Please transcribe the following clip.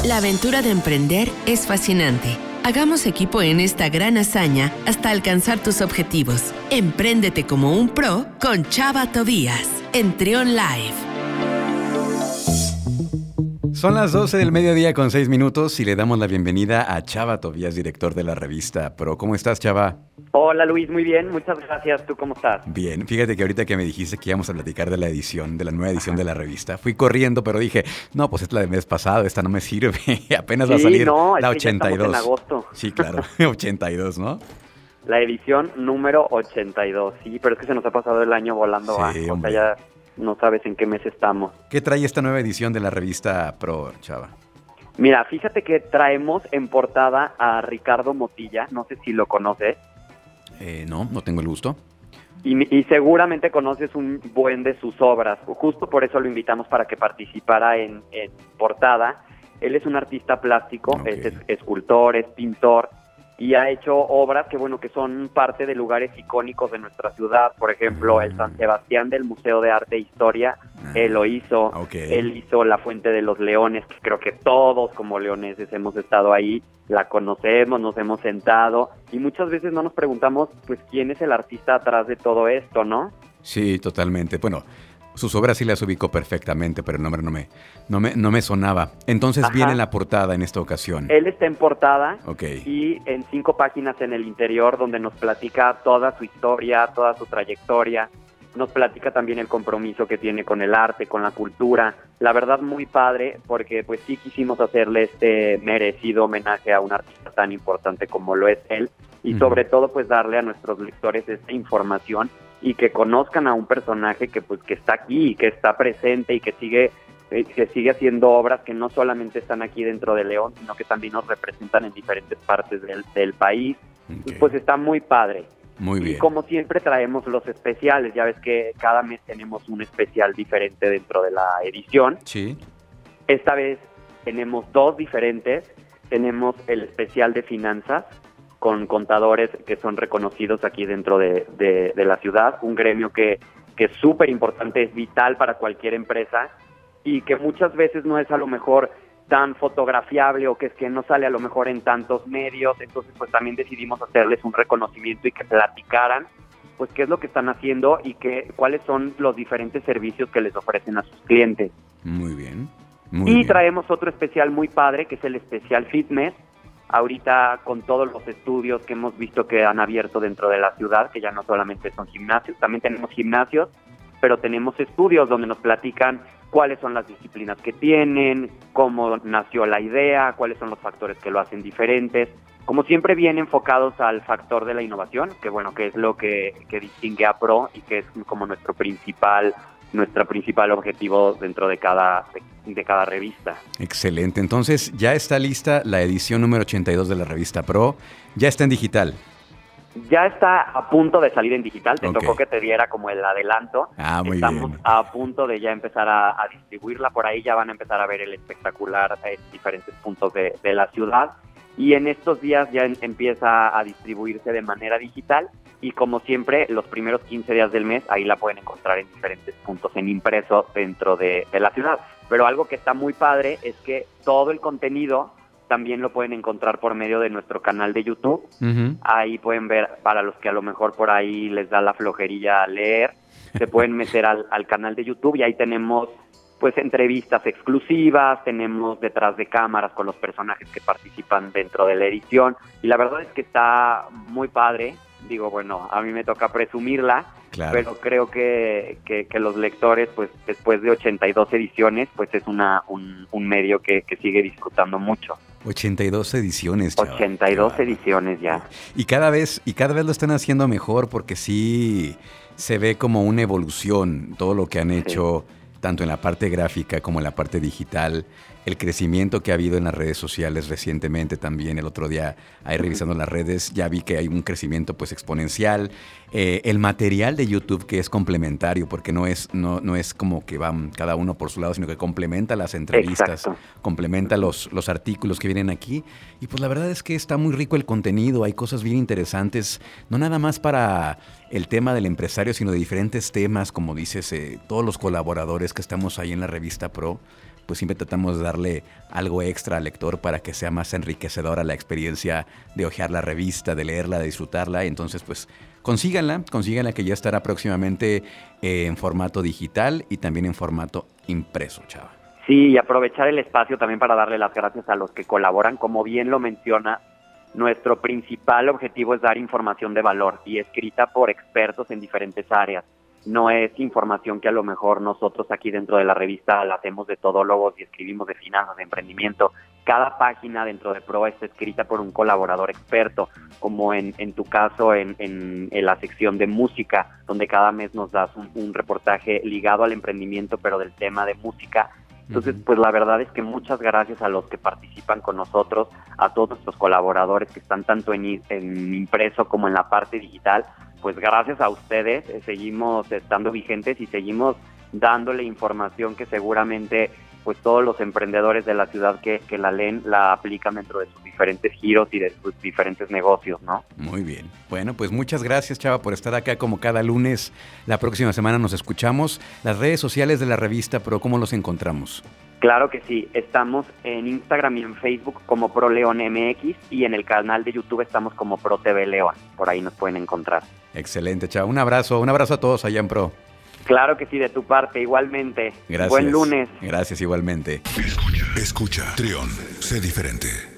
La aventura de emprender es fascinante. Hagamos equipo en esta gran hazaña hasta alcanzar tus objetivos. Empréndete como un pro con Chava Tobías en Trión Live. Son las 12 del mediodía con 6 minutos y le damos la bienvenida a Chava Tobías, director de la revista Pro. ¿Cómo estás, Chava? Hola, Luis, muy bien, muchas gracias. ¿Tú cómo estás? Bien, fíjate que ahorita que me dijiste que íbamos a platicar de la edición, de la nueva edición de la revista, fui corriendo, pero dije, no, pues es la del mes pasado, esta no me sirve, apenas va a salir la 82. En agosto. Sí, claro, 82, ¿no? La edición número 82, sí, pero es que se nos ha pasado el año volando. Sí, o sea, ya no sabes en qué mes estamos. ¿Qué trae esta nueva edición de la revista Pro, Chava? Mira, fíjate que traemos en portada a Ricardo Motilla, no sé si lo conoces. No tengo el gusto. Y seguramente conoces un buen de sus obras. Justo por eso lo invitamos para que participara en portada. Él es un artista plástico, Okay. es escultor, es pintor y ha hecho obras que son parte de lugares icónicos de nuestra ciudad. Por ejemplo, el San Sebastián del Museo de Arte e Historia, él lo hizo. Okay. Él hizo la Fuente de los Leones, que creo que todos como leoneses hemos estado ahí, la conocemos, nos hemos sentado y muchas veces no nos preguntamos pues quién es el artista atrás de todo esto, ¿no? Sí, totalmente. Bueno, sus obras sí las ubico perfectamente, pero el nombre no me sonaba. Entonces viene en la portada en esta ocasión. Él está en portada. Okay. Y en 5 páginas en el interior donde nos platica toda su historia, toda su trayectoria. Nos platica también el compromiso que tiene con el arte, con la cultura. La verdad, muy padre, porque pues sí quisimos hacerle este merecido homenaje a un artista tan importante como lo es él. Y sobre todo, pues darle a nuestros lectores esta información y que conozcan a un personaje que está aquí, que está presente y que sigue haciendo obras que no solamente están aquí dentro de León, sino que también nos representan en diferentes partes del país. Okay. Pues está muy padre. Muy bien. Y como siempre traemos los especiales, ya ves que cada mes tenemos un especial diferente dentro de la edición. Sí. Esta vez tenemos 2 diferentes. Tenemos el especial de finanzas con contadores que son reconocidos aquí dentro de la ciudad, un gremio que es súper importante, es vital para cualquier empresa y que muchas veces no es a lo mejor tan fotografiable o que es que no sale a lo mejor en tantos medios. Entonces pues también decidimos hacerles un reconocimiento y que platicaran pues qué es lo que están haciendo y cuáles son los diferentes servicios que les ofrecen a sus clientes. Muy bien. Traemos otro especial muy padre que es el especial Fitness. Ahorita con todos los estudios que hemos visto que han abierto dentro de la ciudad, que ya no solamente son gimnasios, también tenemos gimnasios, pero tenemos estudios donde nos platican cuáles son las disciplinas que tienen, cómo nació la idea, cuáles son los factores que lo hacen diferentes. Como siempre bien enfocados al factor de la innovación, que es lo que distingue a Pro y que es como nuestro principal objetivo dentro de cada revista. Excelente. Entonces, ya está lista la edición número 82 de la revista Pro. Ya está en digital. Ya está a punto de salir en digital. Te Okay. tocó que te diera como el adelanto. Muy Estamos bien. a punto de ya empezar a distribuirla. Por ahí ya van a empezar a ver el espectacular en diferentes puntos de la ciudad. Y en estos días ya empieza a distribuirse de manera digital. Y como siempre, los primeros 15 días del mes, ahí la pueden encontrar en diferentes puntos en impreso dentro de la ciudad. Pero algo que está muy padre es que todo el contenido también lo pueden encontrar por medio de nuestro canal de YouTube. Uh-huh. Ahí pueden ver, para los que a lo mejor por ahí les da la flojerilla leer, se pueden meter al canal de YouTube y ahí tenemos pues entrevistas exclusivas, tenemos detrás de cámaras con los personajes que participan dentro de la edición y la verdad es que está muy padre. Digo, bueno, a mí me toca presumirla, Claro. pero creo que los lectores, pues después de 82 ediciones, pues es un medio que sigue disfrutando mucho. 82 ediciones, Chava. 82 ediciones ya. Y cada vez lo están haciendo mejor porque sí se ve como una evolución todo lo que han hecho, tanto en la parte gráfica como en la parte digital. El crecimiento que ha habido en las redes sociales recientemente también. El otro día, ahí revisando las redes, ya vi que hay un crecimiento pues exponencial. El material de YouTube que es complementario, porque no es como que van cada uno por su lado, sino que complementa las entrevistas, Exacto. complementa los artículos que vienen aquí. Y pues la verdad es que está muy rico el contenido, hay cosas bien interesantes, no nada más para el tema del empresario, sino de diferentes temas, como dices, todos los colaboradores que estamos ahí en la revista Pro, pues siempre tratamos de darle algo extra al lector para que sea más enriquecedora la experiencia de hojear la revista, de leerla, de disfrutarla. Entonces, pues consíganla que ya estará próximamente en formato digital y también en formato impreso, Chava. Sí, y aprovechar el espacio también para darle las gracias a los que colaboran. Como bien lo menciona, nuestro principal objetivo es dar información de valor y escrita por expertos en diferentes áreas. No es información que a lo mejor nosotros aquí dentro de la revista la hacemos de todólogos y escribimos de finanzas, de emprendimiento. Cada página dentro de Pro está escrita por un colaborador experto, como en tu caso en la sección de música, donde cada mes nos das un reportaje ligado al emprendimiento, pero del tema de música. Entonces, pues la verdad es que muchas gracias a los que participan con nosotros, a todos nuestros colaboradores que están tanto en impreso como en la parte digital. Pues gracias a ustedes seguimos estando vigentes y seguimos dándole información que seguramente pues todos los emprendedores de la ciudad que la leen la aplican dentro de sus diferentes giros y de sus diferentes negocios, ¿no? Muy bien. Bueno, pues muchas gracias, Chava, por estar acá como cada lunes. La próxima semana nos escuchamos. Las redes sociales de la revista Pro, ¿cómo los encontramos? Claro que sí, estamos en Instagram y en Facebook como Pro León MX y en el canal de YouTube estamos como Pro TV León, por ahí nos pueden encontrar. Excelente, Chava, un abrazo a todos allá en Pro. Claro que sí, de tu parte, igualmente. Gracias. Buen lunes. Gracias, igualmente. Escucha, Trión, sé diferente.